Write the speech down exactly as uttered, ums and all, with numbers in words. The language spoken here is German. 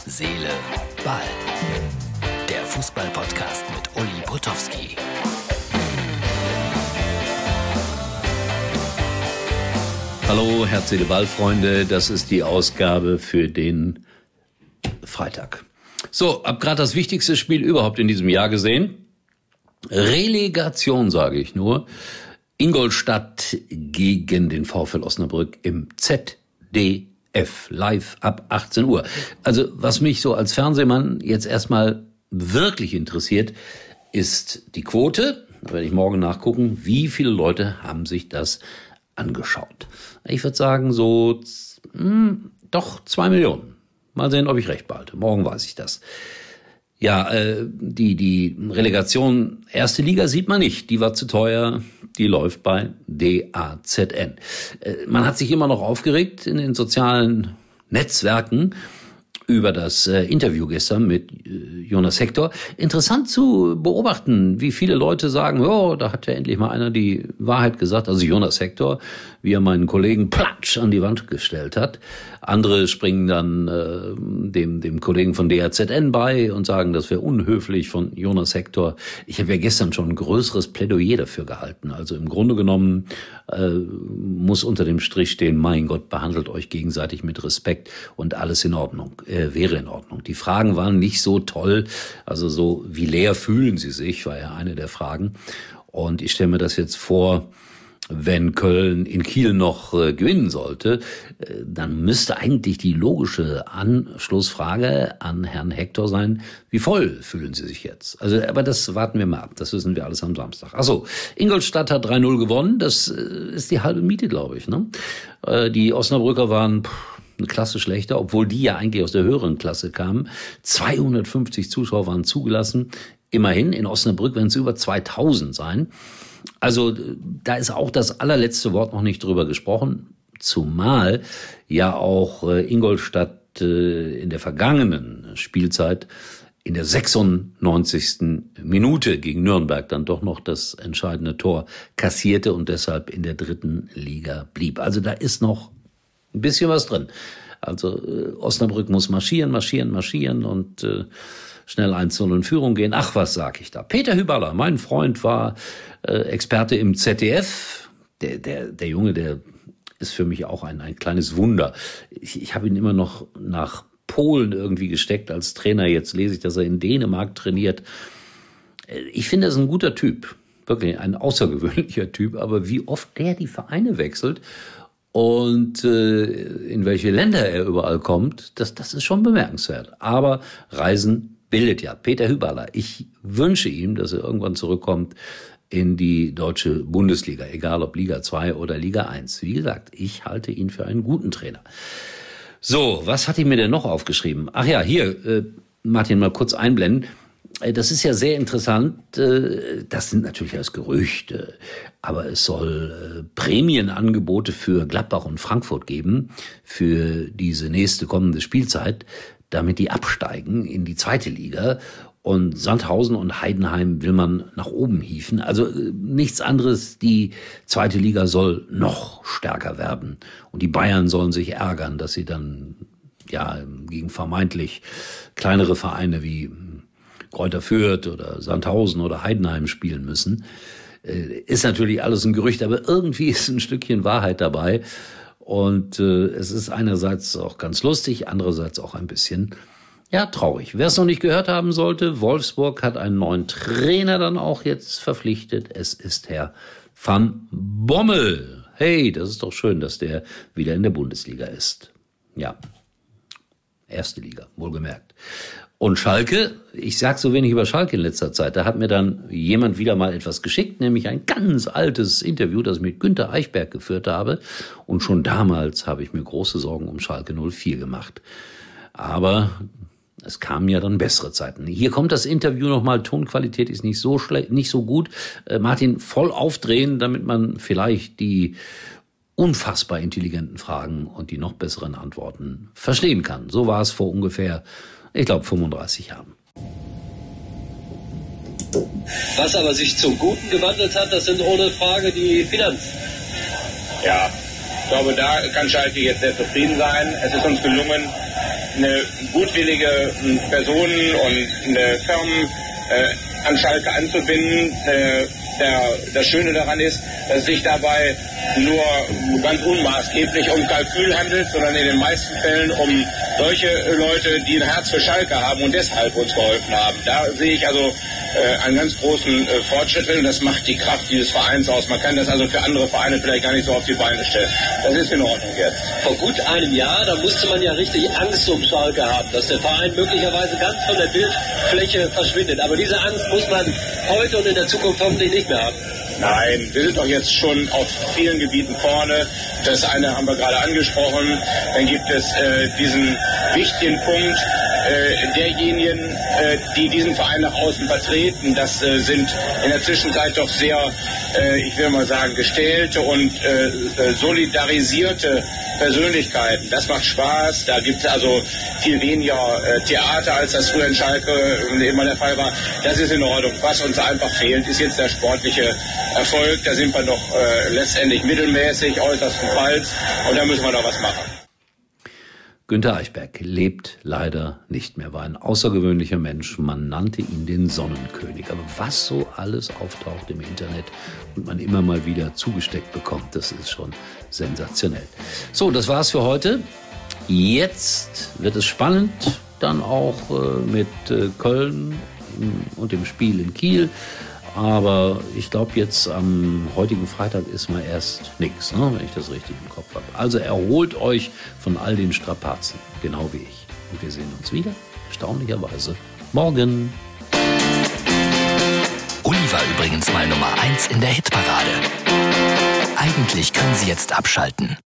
Seele, Ball. Der Fußball-Podcast mit Uli Potowski. Hallo, Herz, Seele, Ball, Freunde. Das ist die Ausgabe für den Freitag. So, hab gerade das wichtigste Spiel überhaupt in diesem Jahr gesehen. Relegation, sage ich nur. Ingolstadt gegen den VfL Osnabrück im Z D F, live ab achtzehn Uhr. Also was mich so als Fernsehmann jetzt erstmal wirklich interessiert, ist die Quote. Da werde ich morgen nachgucken, wie viele Leute haben sich das angeschaut. Ich würde sagen so, mh, doch zwei Millionen. Mal sehen, ob ich recht behalte. Morgen weiß ich das. Ja, äh, die, die Relegation erste Liga sieht man nicht. Die war zu teuer. Die läuft bei D A Z N. Äh, man hat sich immer noch aufgeregt in den sozialen Netzwerken über das äh, Interview gestern mit äh, Jonas Hector. Interessant zu beobachten, wie viele Leute sagen, oh, da hat ja endlich mal einer die Wahrheit gesagt. Also Jonas Hector, wie er meinen Kollegen platsch an die Wand gestellt hat. Andere springen dann äh, dem dem Kollegen von D A Z N bei und sagen, das wäre unhöflich von Jonas Hector. Ich habe ja gestern schon ein größeres Plädoyer dafür gehalten. Also im Grunde genommen äh, muss unter dem Strich stehen, mein Gott, behandelt euch gegenseitig mit Respekt und alles in Ordnung. Äh, wäre in Ordnung. Die Fragen waren nicht so toll. Also so, wie leer fühlen sie sich, war ja eine der Fragen. Und ich stelle mir das jetzt vor, wenn Köln in Kiel noch äh, gewinnen sollte, äh, dann müsste eigentlich die logische Anschlussfrage an Herrn Hector sein, wie voll fühlen Sie sich jetzt? Also, aber das warten wir mal ab, das wissen wir alles am Samstag. Ach so, Ingolstadt hat drei null gewonnen, das äh, ist die halbe Miete, glaube ich. Ne? Äh, die Osnabrücker waren pff, eine Klasse schlechter, obwohl die ja eigentlich aus der höheren Klasse kamen. zweihundertfünfzig Zuschauer waren zugelassen. Immerhin, in Osnabrück werden es über zweitausend sein. Also da ist auch das allerletzte Wort noch nicht drüber gesprochen, zumal ja auch äh, Ingolstadt äh, in der vergangenen Spielzeit in der sechsundneunzigsten Minute gegen Nürnberg dann doch noch das entscheidende Tor kassierte und deshalb in der dritten Liga blieb. Also da ist noch ein bisschen was drin. Also äh, Osnabrück muss marschieren, marschieren, marschieren und äh, schnell eins zu null in Führung gehen. Ach, was sag ich da? Peter Hüballa, mein Freund, war äh, Experte im Z D F. Der, der, der Junge, der ist für mich auch ein, ein kleines Wunder. Ich, ich habe ihn immer noch nach Polen irgendwie gesteckt als Trainer. Jetzt lese ich, dass er in Dänemark trainiert. Ich finde, er ist ein guter Typ. Wirklich ein außergewöhnlicher Typ. Aber wie oft der die Vereine wechselt und äh, in welche Länder er überall kommt, das, das ist schon bemerkenswert. Aber Reisen bildet ja. Peter Hüballa, ich wünsche ihm, dass er irgendwann zurückkommt in die deutsche Bundesliga, egal ob Liga zwei oder Liga eins. Wie gesagt, ich halte ihn für einen guten Trainer. So, was hat er mir denn noch aufgeschrieben? Ach ja, hier, äh, Martin, mal kurz einblenden. Das ist ja sehr interessant. Das sind natürlich alles Gerüchte, aber es soll Prämienangebote für Gladbach und Frankfurt geben für diese nächste kommende Spielzeit, damit die absteigen in die zweite Liga. Und Sandhausen und Heidenheim will man nach oben hieven. Also nichts anderes, die zweite Liga soll noch stärker werden. Und die Bayern sollen sich ärgern, dass sie dann ja gegen vermeintlich kleinere Vereine wie Kräuter Fürth oder Sandhausen oder Heidenheim spielen müssen. Ist natürlich alles ein Gerücht, aber irgendwie ist ein Stückchen Wahrheit dabei. Und äh, es ist einerseits auch ganz lustig, andererseits auch ein bisschen, ja, traurig. Wer es noch nicht gehört haben sollte, Wolfsburg hat einen neuen Trainer dann auch jetzt verpflichtet. Es ist Herr Van Bommel. Hey, das ist doch schön, dass der wieder in der Bundesliga ist. Ja, erste Liga, wohlgemerkt. Und Schalke, ich sag so wenig über Schalke in letzter Zeit, da hat mir dann jemand wieder mal etwas geschickt, nämlich ein ganz altes Interview, das ich mit Günter Eichberg geführt habe. Und schon damals habe ich mir große Sorgen um Schalke null vier gemacht. Aber es kamen ja dann bessere Zeiten. Hier kommt das Interview nochmal, Tonqualität ist nicht so schlecht, nicht so gut. Äh, Martin, voll aufdrehen, damit man vielleicht die unfassbar intelligenten Fragen und die noch besseren Antworten verstehen kann. So war es vor ungefähr, ich glaube, fünfunddreißig Jahren. Was aber sich zum Guten gewandelt hat, das sind ohne Frage die Finanzen. Ja, ich glaube, da kann Schalke jetzt sehr zufrieden sein. Es ist uns gelungen, eine gutwillige Person und eine Firmen äh, an Schalke anzubinden. Äh, der, das Schöne daran ist, dass es sich dabei nur ganz unmaßgeblich um Kalkül handelt, sondern in den meisten Fällen um solche Leute, die ein Herz für Schalke haben und deshalb uns geholfen haben. Da sehe ich also äh, einen ganz großen äh, Fortschritt und das macht die Kraft dieses Vereins aus. Man kann das also für andere Vereine vielleicht gar nicht so auf die Beine stellen. Das ist in Ordnung jetzt. Vor gut einem Jahr, da musste man ja richtig Angst um Schalke haben, dass der Verein möglicherweise ganz von der Bildfläche verschwindet. Aber diese Angst muss man heute und in der Zukunft hoffentlich nicht mehr haben. Nein, wir sind doch jetzt schon auf vielen Gebieten vorne. Das eine haben wir gerade angesprochen. Dann gibt es äh, diesen wichtigen Punkt äh, derjenigen, äh, die diesen Verein nach außen vertreten. Das äh, sind in der Zwischenzeit doch sehr, äh, ich will mal sagen, gestählte und äh, solidarisierte Persönlichkeiten. Das macht Spaß. Da gibt es also viel weniger äh, Theater, als das früher in Schalke äh, immer der Fall war. Das ist in Ordnung. Was uns einfach fehlt, ist jetzt der sportliche Erfolg. Da sind wir noch äh, letztendlich mittelmäßig, äußerstenfalls. Und da müssen wir noch was machen. Günter Eichberg lebt leider nicht mehr, war ein außergewöhnlicher Mensch. Man nannte ihn den Sonnenkönig. Aber was so alles auftaucht im Internet und man immer mal wieder zugesteckt bekommt, das ist schon sensationell. So, das war's für heute. Jetzt wird es spannend, dann auch äh, mit äh, Köln und dem Spiel in Kiel. Aber ich glaube, jetzt am heutigen Freitag ist mal erst nichts, ne, wenn ich das richtig im Kopf habe. Also erholt euch von all den Strapazen, genau wie ich. Und wir sehen uns wieder, erstaunlicherweise, morgen. Uli war übrigens mal Nummer eins in der Hitparade. Eigentlich können Sie jetzt abschalten.